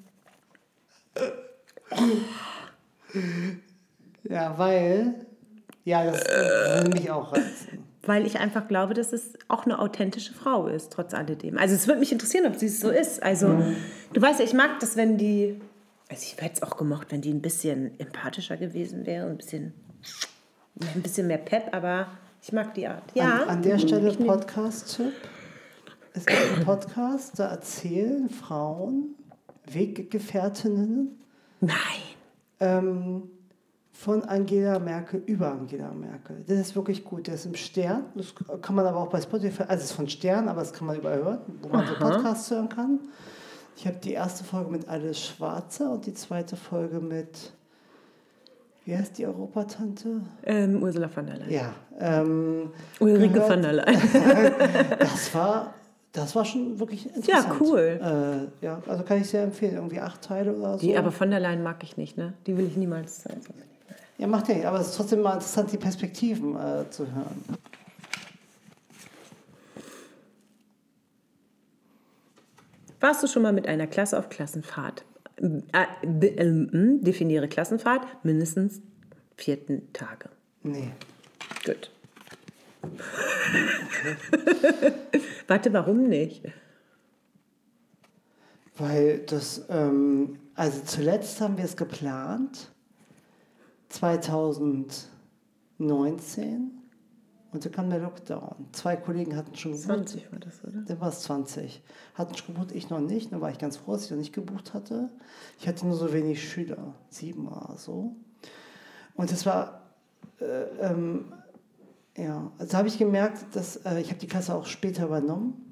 Ja, weil, ja, das äh, würde mich auch reizen. weil ich einfach glaube, dass es auch eine authentische Frau ist, trotz alledem. Also es würde mich interessieren, ob sie es so ist. Also du weißt ja, ich mag das, wenn die, also ich hätte es auch gemocht, wenn die ein bisschen empathischer gewesen wäre, ein bisschen, ein bisschen mehr Pep, aber ich mag die Art. Ja. An, an der Stelle Podcast-Tipp. Es gibt einen Podcast, da erzählen Frauen, Weggefährtinnen, Nein. ähm, von Angela Merkel über Angela Merkel. Das ist wirklich gut. Der ist im Stern. Das kann man aber auch bei Spotify, also es ist von Stern, aber das kann man überall hören, wo man so Podcasts hören kann. Ich habe die erste Folge mit Alice Schwarzer und die zweite Folge mit, wie heißt die Europatante? Ähm, Ursula von der Leyen. Ja. Ähm, Ulrike gehört- von der Leyen. Das war, das war schon wirklich interessant. cool. Äh, ja, also kann ich sehr empfehlen. Irgendwie acht Teile oder so. Die, aber von der Leyen mag ich nicht, ne? Die will ich niemals sein. Ja, macht ja nicht. Aber es ist trotzdem mal interessant, die Perspektiven äh, zu hören. Warst du schon mal mit einer Klasse auf Klassenfahrt? Äh, be- ähm, definiere Klassenfahrt, mindestens vierten Tage. Nee. Gut. Warte, warum nicht? Weil das, ähm, also zuletzt haben wir es geplant, zwanzig neunzehn, und da kam der Lockdown. Zwei Kollegen hatten schon gebucht. zwanzig war das, oder? Dann war es zwanzig. Hatten schon gebucht, ich noch nicht. Dann war ich ganz froh, dass ich noch nicht gebucht hatte. Ich hatte nur so wenig Schüler, sieben oder so. Und das war, äh, ähm, ja, also habe ich gemerkt, dass, äh, ich habe die Klasse auch später übernommen.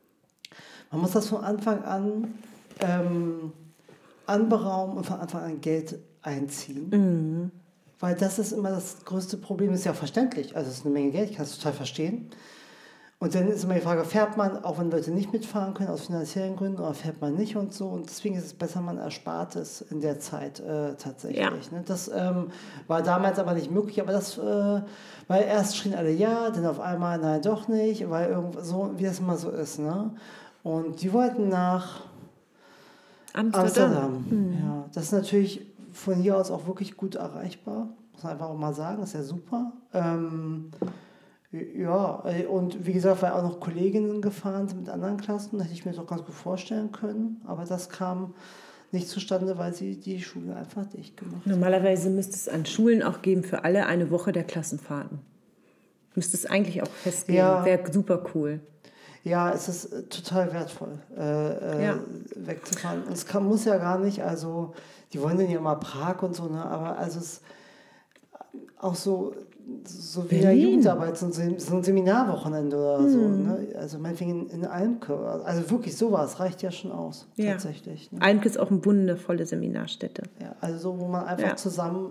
Man muss das von Anfang an ähm, anberaumen und von Anfang an Geld einziehen. Mhm. Weil das ist immer das größte Problem, ist ja auch verständlich. Also es ist eine Menge Geld, ich kann es total verstehen. Und dann ist immer die Frage, fährt man, auch wenn Leute nicht mitfahren können, aus finanziellen Gründen, oder fährt man nicht und so. Und deswegen ist es besser, man erspart es in der Zeit äh, tatsächlich. Ja. Ne? Das ähm, war damals aber nicht möglich, aber das, äh, weil erst schrien alle ja, dann auf einmal nein, doch nicht, weil irgendwo so, wie das immer so ist. Ne? Und die wollten nach Amsterdam. Amsterdam. Ja, das ist natürlich von hier aus auch wirklich gut erreichbar. Muss man einfach auch mal sagen, ist ja super. Ähm, ja, und wie gesagt, weil auch noch Kolleginnen gefahren sind mit anderen Klassen, hätte ich mir das auch ganz gut vorstellen können. Aber das kam nicht zustande, weil sie die Schule einfach dicht gemacht haben. Normalerweise müsste es an Schulen auch geben für alle eine Woche der Klassenfahrten. Müsste es eigentlich auch festgeben. Ja. Wäre super cool. Ja, es ist äh, total wertvoll, äh, äh, Ja. wegzufahren. Und es kann, muss ja gar nicht, also die wollen dann ja immer Prag und so, ne? Aber also es auch so, so wie in der Berlin. Jugendarbeit, so ein, Sem- so ein Seminarwochenende oder so. Ne? Also meinetwegen in, in Almke. Also wirklich sowas reicht ja schon aus, Ja. tatsächlich. Ne? Almke ist auch eine wundervolle Seminarstätte. Ja, also so, wo man einfach Ja. zusammen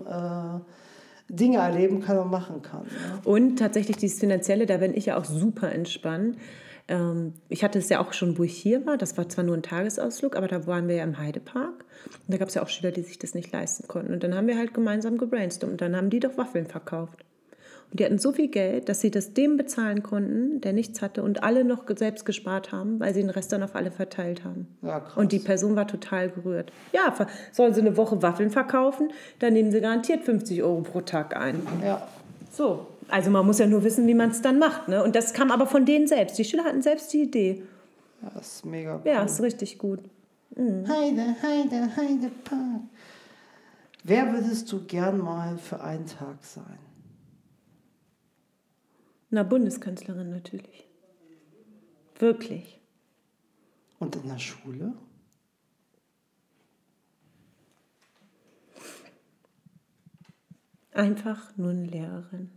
äh, Dinge erleben kann und machen kann. Ne? Und tatsächlich dieses Finanzielle, da bin ich ja auch super entspannt. Ähm, ich hatte es ja auch schon, wo ich hier war. Das war zwar nur ein Tagesausflug, aber da waren wir ja im Heidepark. Und da gab es ja auch Schüler, die sich das nicht leisten konnten. Und dann haben wir halt gemeinsam gebrainstormt. Und dann haben die doch Waffeln verkauft. Und die hatten so viel Geld, dass sie das dem bezahlen konnten, der nichts hatte und alle noch ge- selbst gespart haben, weil sie den Rest dann auf alle verteilt haben. Ja, krass. Und die Person war total gerührt. Ja, ver- sollen sie eine Woche Waffeln verkaufen, dann nehmen sie garantiert fünfzig Euro pro Tag ein. Ja. So, also man muss ja nur wissen, wie man es dann macht. Ne? Und das kam aber von denen selbst. Die Schüler hatten selbst die Idee. Ja, das ist mega cool. Ja, ist richtig gut. Heide, Heide, Heide, Park. Wer würdest du gern mal für einen Tag sein? Na, Bundeskanzlerin natürlich. Wirklich. Und in der Schule? Einfach nur eine Lehrerin.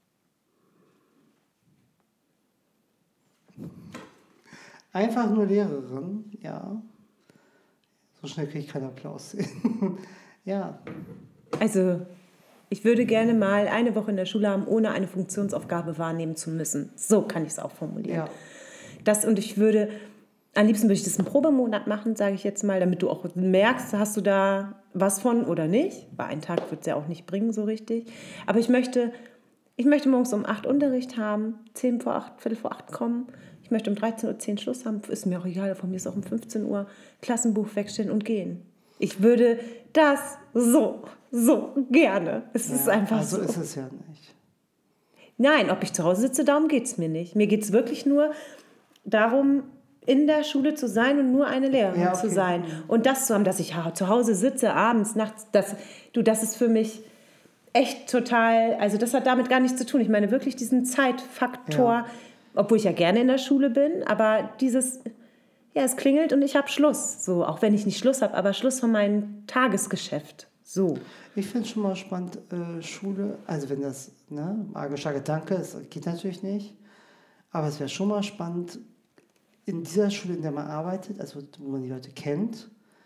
Einfach nur Lehrerin, ja. So schnell kriege ich keinen Applaus. Ja, Also, ich würde gerne mal eine Woche in der Schule haben, ohne eine Funktionsaufgabe wahrnehmen zu müssen. So kann ich es auch formulieren. ja. Das, und ich würde, am liebsten würde ich das einen Probemonat machen, sage ich jetzt mal, damit du auch merkst, hast du da was von oder nicht. Weil einen Tag wird es ja auch nicht bringen, so richtig. Aber ich möchte, ich möchte morgens um acht Unterricht haben, zehn vor acht, Viertel vor acht kommen. Ich möchte um dreizehn Uhr zehn Schluss haben, ist mir auch egal, von mir ist auch um fünfzehn Uhr Klassenbuch wegstellen und gehen. Ich würde das so, so gerne. Es ist Ja, einfach also so. ist es ja nicht. Nein, ob ich zu Hause sitze, darum geht es mir nicht. Mir geht es wirklich nur darum, in der Schule zu sein und nur eine Lehrerin Ja, okay. zu sein. Und das zu haben, dass ich ha- zu Hause sitze, abends, nachts, das, du, das ist für mich echt total, also das hat damit gar nichts zu tun. Ich meine wirklich diesen Zeitfaktor, Ja. obwohl ich ja gerne in der Schule bin, aber dieses, ja, es klingelt und ich habe Schluss. So, auch wenn ich nicht Schluss habe, aber Schluss von meinem Tagesgeschäft. So. Ich finde es schon mal spannend, äh, Schule, also wenn das, ne, magischer Gedanke ist, geht natürlich nicht, aber es wäre schon mal spannend, in dieser Schule, in der man arbeitet, also wo man die Leute kennt,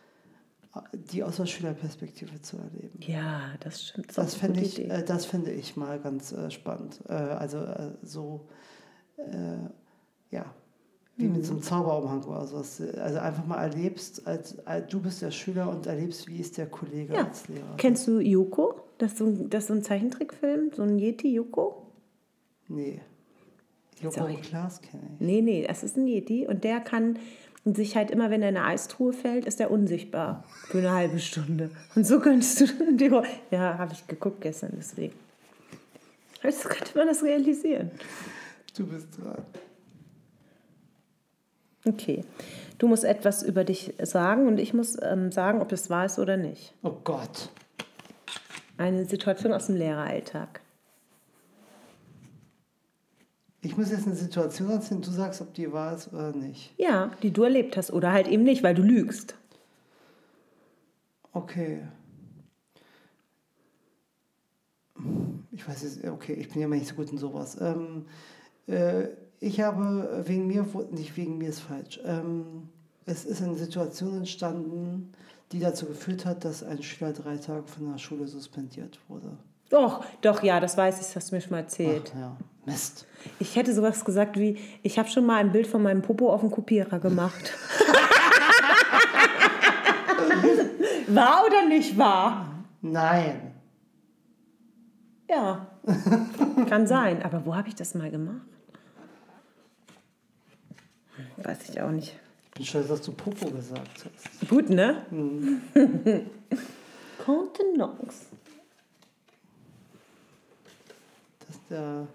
die aus der Schülerperspektive zu erleben. Ja, das stimmt. ist auch Das eine finde gute ich, Idee. äh, das finde ich mal ganz äh, spannend. Äh, also äh, so, äh, ja, wie mit so einem Zauberumhang oder so. Also einfach mal erlebst, als, als du bist der Schüler und erlebst, wie ist der Kollege Ja. als Lehrer. Kennst du Yoko? Das ist so ein, das ist so ein Zeichentrickfilm, so ein Yeti Yoko? Nee. Joko Sorry. und Klaas kenne ich. Nee, nee, das ist ein Yeti und der kann sich halt immer, wenn er in eine Eistruhe fällt, ist er unsichtbar für eine halbe Stunde. Und so könntest du die, ja, habe ich geguckt gestern, deswegen. So könnte man das realisieren. Du bist dran. Okay, du musst etwas über dich sagen und ich muss ähm, sagen, ob es wahr ist oder nicht. Oh Gott. Eine Situation aus dem Lehreralltag. Ich muss jetzt eine Situation erzählen, du sagst, ob die wahr ist oder nicht. Ja, die du erlebt hast oder halt eben nicht, weil du lügst. Okay. Ich weiß jetzt, okay, ich bin ja mal nicht so gut in sowas. Ähm, äh, ich habe wegen mir, nicht wegen mir ist falsch, ähm, es ist eine Situation entstanden, die dazu geführt hat, dass ein Schüler drei Tage von der Schule suspendiert wurde. Doch, doch, ja, das weiß ich, das hast du mir schon mal erzählt. Ach, ja, Mist. Ich hätte sowas gesagt wie, ich habe schon mal ein Bild von meinem Popo auf dem Kopierer gemacht. Wahr oder nicht wahr? Nein. Ja, kann sein. Aber wo habe ich das mal gemacht? Weiß ich auch nicht. Ich bin stolz, dass du Popo gesagt hast. Gut, ne? Contenance. Das ist der...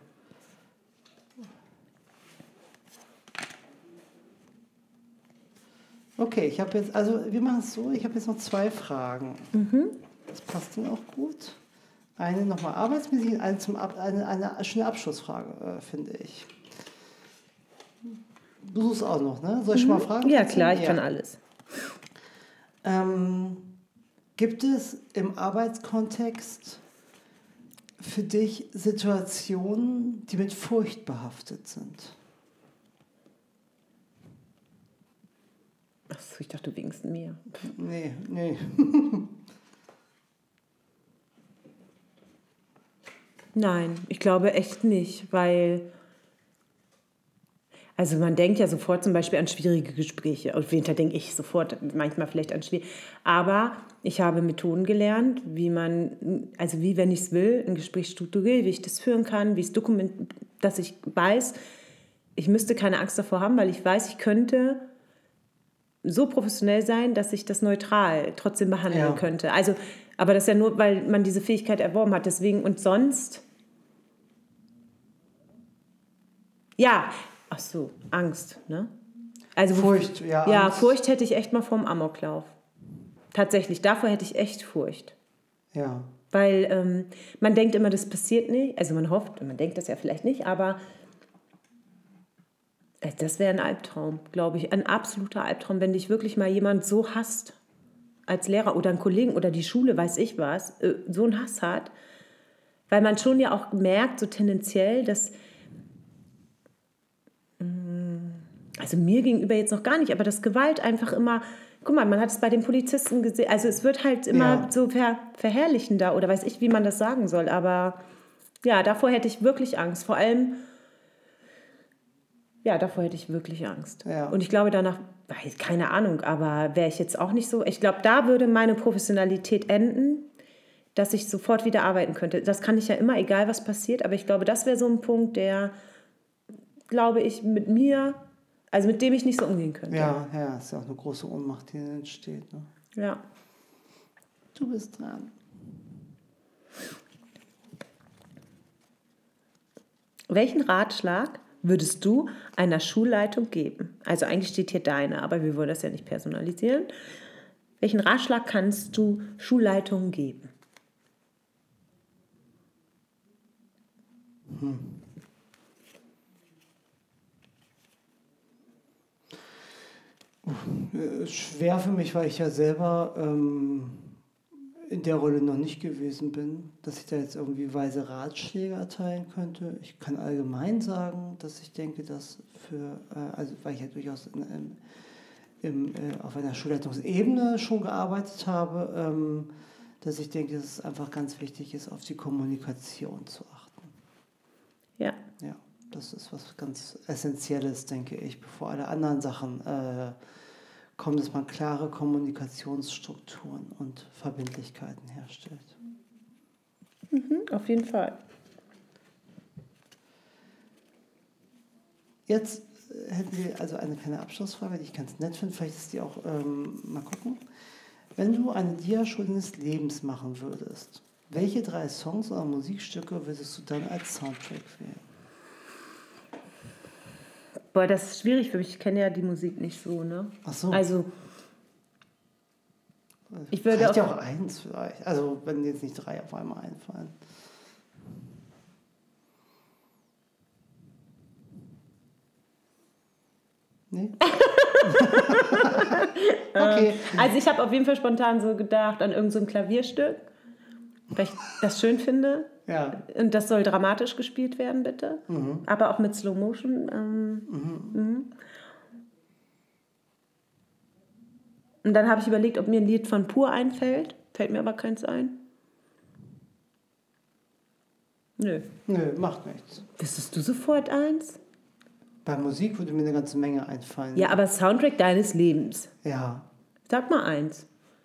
Okay, ich habe jetzt, also wir machen es so, ich habe jetzt noch zwei Fragen. Das passt dann auch gut. Eine nochmal arbeitsmäßig und eine, zum Ab, eine, eine schöne Abschlussfrage, äh, finde ich. Du suchst auch noch, ne? Soll ich schon mal fragen? Ja, klar, ich kann alles. Ähm, gibt es im Arbeitskontext für dich Situationen, die mit Furcht behaftet sind? Achso, ich dachte, du winkst mir. Nee, nee. Nein, ich glaube echt nicht, weil... Also man denkt ja sofort zum Beispiel an schwierige Gespräche. Auf jeden Fall denke ich sofort manchmal vielleicht an schwierige. Aber ich habe Methoden gelernt, wie man, also wie, wenn ich es will, ein Gespräch strukturiere, wie ich das führen kann, wie ich es dokumentiere, dass ich weiß, ich müsste keine Angst davor haben, weil ich weiß, ich könnte so professionell sein, dass ich das neutral trotzdem behandeln Ja. könnte. Also, aber das ist ja nur, weil man diese Fähigkeit erworben hat. Deswegen und sonst, ja, ach so, Angst, ne? Also Furcht, ja, Ja, Angst. Furcht hätte ich echt mal vorm Amoklauf. Tatsächlich, davor hätte ich echt Furcht. Ja. Weil ähm, man denkt immer, das passiert nicht. Also man hofft, man denkt das ja vielleicht nicht, aber äh, das wäre ein Albtraum, glaube ich. Ein absoluter Albtraum, wenn dich wirklich mal jemand so hasst, als Lehrer oder ein Kollegen oder die Schule, weiß ich was, äh, so einen Hass hat. Weil man schon ja auch merkt, so tendenziell, dass, also mir gegenüber jetzt noch gar nicht, aber dass Gewalt einfach immer, guck mal, man hat es bei den Polizisten gesehen, also es wird halt immer Ja. so ver, verherrlichender oder weiß ich, wie man das sagen soll, aber ja, davor hätte ich wirklich Angst, vor allem, ja, davor hätte ich wirklich Angst. Ja. Und ich glaube danach, weiß, keine Ahnung, aber wäre ich jetzt auch nicht so, ich glaube, da würde meine Professionalität enden, dass ich sofort wieder arbeiten könnte. Das kann ich ja immer, egal was passiert, aber ich glaube, das wäre so ein Punkt, der, glaube ich, mit mir, also mit dem ich nicht so umgehen könnte. Ja, ja, ist ja auch eine große Ohnmacht, die dann entsteht. Ne? Ja. Du bist dran. Welchen Ratschlag würdest du einer Schulleitung geben? Also eigentlich steht hier deine, aber wir wollen das ja nicht personalisieren. Welchen Ratschlag kannst du Schulleitungen geben? Äh, Schwer für mich, weil ich ja selber ähm, in der Rolle noch nicht gewesen bin, dass ich da jetzt irgendwie weise Ratschläge erteilen könnte. Ich kann allgemein sagen, dass ich denke, dass für, äh, also weil ich ja durchaus in, in, im, äh, auf einer Schulleitungsebene schon gearbeitet habe, ähm, dass ich denke, dass es einfach ganz wichtig ist, auf die Kommunikation zu achten. Ja. Ja, das ist was ganz Essentielles, denke ich, bevor alle anderen Sachen äh, kommen, dass man klare Kommunikationsstrukturen und Verbindlichkeiten herstellt. Mhm, auf jeden Fall. Jetzt äh, hätten wir also eine kleine Abschlussfrage, die ich ganz nett finde. Vielleicht ist die auch, ähm, mal gucken. Wenn du eine Dia-Show deines Lebens machen würdest, welche drei Songs oder Musikstücke würdest du dann als Soundtrack wählen? Boah, das ist schwierig für mich. Ich kenne ja die Musik nicht so, ne? Ach so. Also, ich würde Reicht ja auch- auch eins vielleicht. Also, wenn jetzt nicht drei auf einmal einfallen. Nee? Okay. also ich habe auf jeden Fall spontan so gedacht an irgend so ein Klavierstück, weil ich das schön finde. Ja. Und das soll dramatisch gespielt werden, bitte. Aber auch mit Slow Motion. Ähm, mhm. Und dann habe ich überlegt, ob mir ein Lied von Pur einfällt. Fällt mir aber keins ein. Nö. Nö, macht nichts. Wüsstest du sofort eins? Bei Musik würde mir eine ganze Menge einfallen. Ja, aber Soundtrack deines Lebens. Ja. Sag mal eins.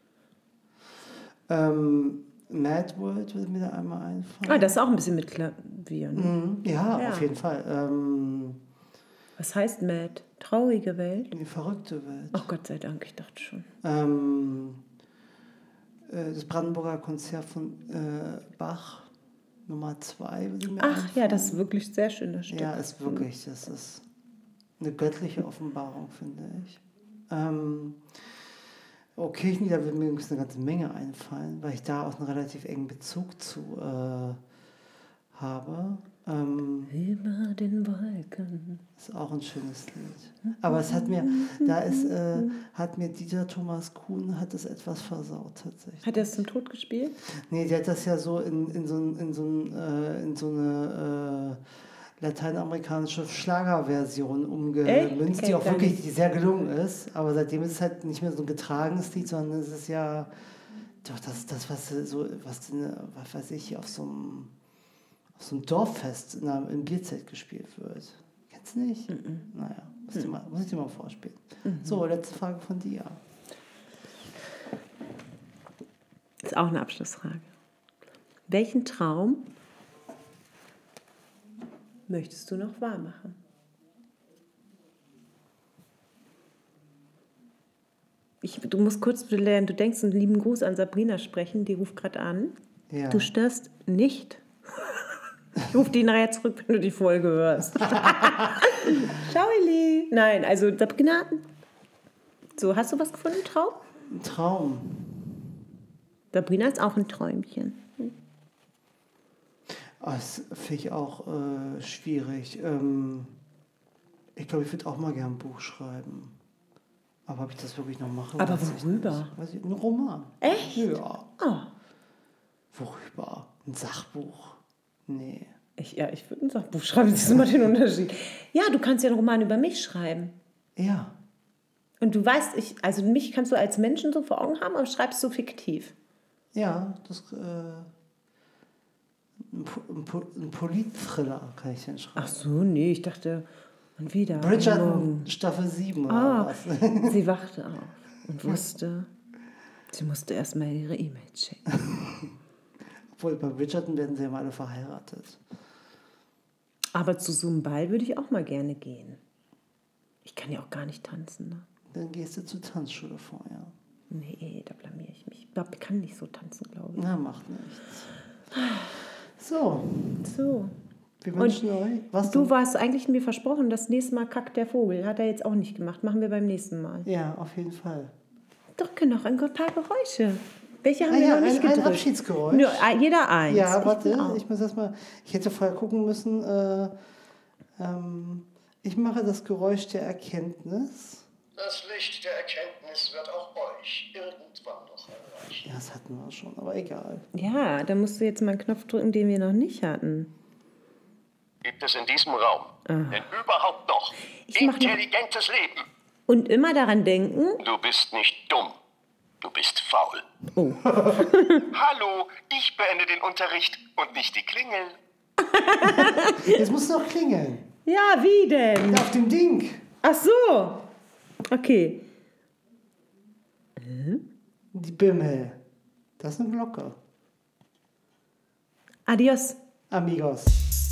Ähm, Mad World würde mir da einmal einfallen. Ah, das ist auch ein bisschen mit Klavier. Ne? Mhm. Ja, Ja. auf jeden Fall. Ähm, Was heißt Mad? Traurige Welt? die verrückte Welt. Ach Gott sei Dank, ich dachte schon. Ähm, äh, das Brandenburger Konzert von äh, Bach, Nummer zwei, würde mir Ach ja, einfallen. das ist wirklich sehr schön, das Stück. Ja, ist wirklich, das ist eine göttliche Offenbarung, finde ich. Ähm, oh, Kirchenlieder würde mir übrigens eine ganze Menge einfallen, weil ich da auch einen relativ engen Bezug zu äh, habe. Ähm, Über den Wolken. ist auch ein schönes Lied. Aber es hat mir, da ist, äh, hat mir Dieter Thomas Kuhn hat es etwas versaut tatsächlich. Hat er es zum Tod gespielt? Nee, der hat das ja so in, in, so, ein- in, so, ein, äh, in so eine äh, lateinamerikanische Schlagerversion umgemünzt, Echt? die auch Kenn ich wirklich nicht. die sehr gelungen ist. Aber seitdem ist es halt nicht mehr so ein getragenes Lied, sondern es ist ja doch das, das was so, was, in, was weiß ich, auf so einem, auf so einem Dorffest in einem, im Bierzelt gespielt wird. Kennst Jetzt nicht? Mhm. Naja, muss, ich mal, muss ich dir mal vorspielen. Mhm. So, letzte Frage von dir. Das ist auch eine Abschlussfrage. Welchen Traum möchtest du noch wahr machen? Ich, du musst kurz lernen, du denkst einen lieben Gruß an Sabrina sprechen, die ruft gerade an. Ja. Du störst nicht. Ich rufe die nachher zurück, wenn du die Folge hörst. Ciao, Eli. Nein, also Sabrina, so, hast du was gefunden, Traum? Ein Traum. Sabrina ist auch ein Träumchen. Oh, das finde ich auch äh, schwierig. Ähm, ich glaube, ich würde auch mal gerne ein Buch schreiben. Aber ob ich das wirklich noch mache? Aber weiß worüber? Ich weiß ich, ein Roman. Echt? Ja. Oh. Worüber? Ein Sachbuch? Nee. Ich, ja, ich würde ein Sachbuch schreiben, das ist immer den Unterschied. Ja, du kannst ja einen Roman über mich schreiben. Ja. Und du weißt, ich, also mich kannst du als Menschen so vor Augen haben, aber schreibst so fiktiv. Ja, das äh, ein, ein, ein Polit-Thriller kann ich denn schreiben. Ach so, nee, ich dachte, und wieder. Bridgerton Staffel sieben oder Ah, was? sie wachte auf und wusste, sie musste erstmal ihre E-Mail checken. Obwohl, bei Bridgerton werden sie ja mal alle verheiratet. Aber zu so einem Ball würde ich auch mal gerne gehen. Ich kann ja auch gar nicht tanzen, ne? Dann gehst du zur Tanzschule vorher. Nee, da blamier ich mich. Ich kann nicht so tanzen, glaube ich. Na, macht nichts. So, So. wir wünschen euch... Was Du denn? warst eigentlich mir versprochen, das nächste Mal kackt der Vogel. Hat er jetzt auch nicht gemacht. Machen wir beim nächsten Mal. Ja, auf jeden Fall. Drücke noch ein paar Geräusche. Welche haben Ah wir ja, noch nicht ein, ein gedrückt? Abschiedsgeräusch. Nö, jeder eins. Ja, Ich warte, auch. ich muss erstmal... Ich hätte vorher gucken müssen... Äh, ähm, ich mache das Geräusch der Erkenntnis. Das Licht der Erkenntnis wird auch euch irgendwann noch erreichen. Ja, das hatten wir schon, aber egal. Ja, da musst du jetzt mal einen Knopf drücken, den wir noch nicht hatten. Gibt es in diesem Raum denn überhaupt noch Ich mach noch- intelligentes Leben? Und immer daran denken, Du bist nicht dumm. Du bist faul. oh, Hallo, ich beende den Unterricht und nicht die Klingel. Jetzt muss es noch klingeln. ja, wie denn? Ja, auf dem Ding. Ach so. Okay. Die Bimmel. Das ist eine Glocke. Adios. Amigos.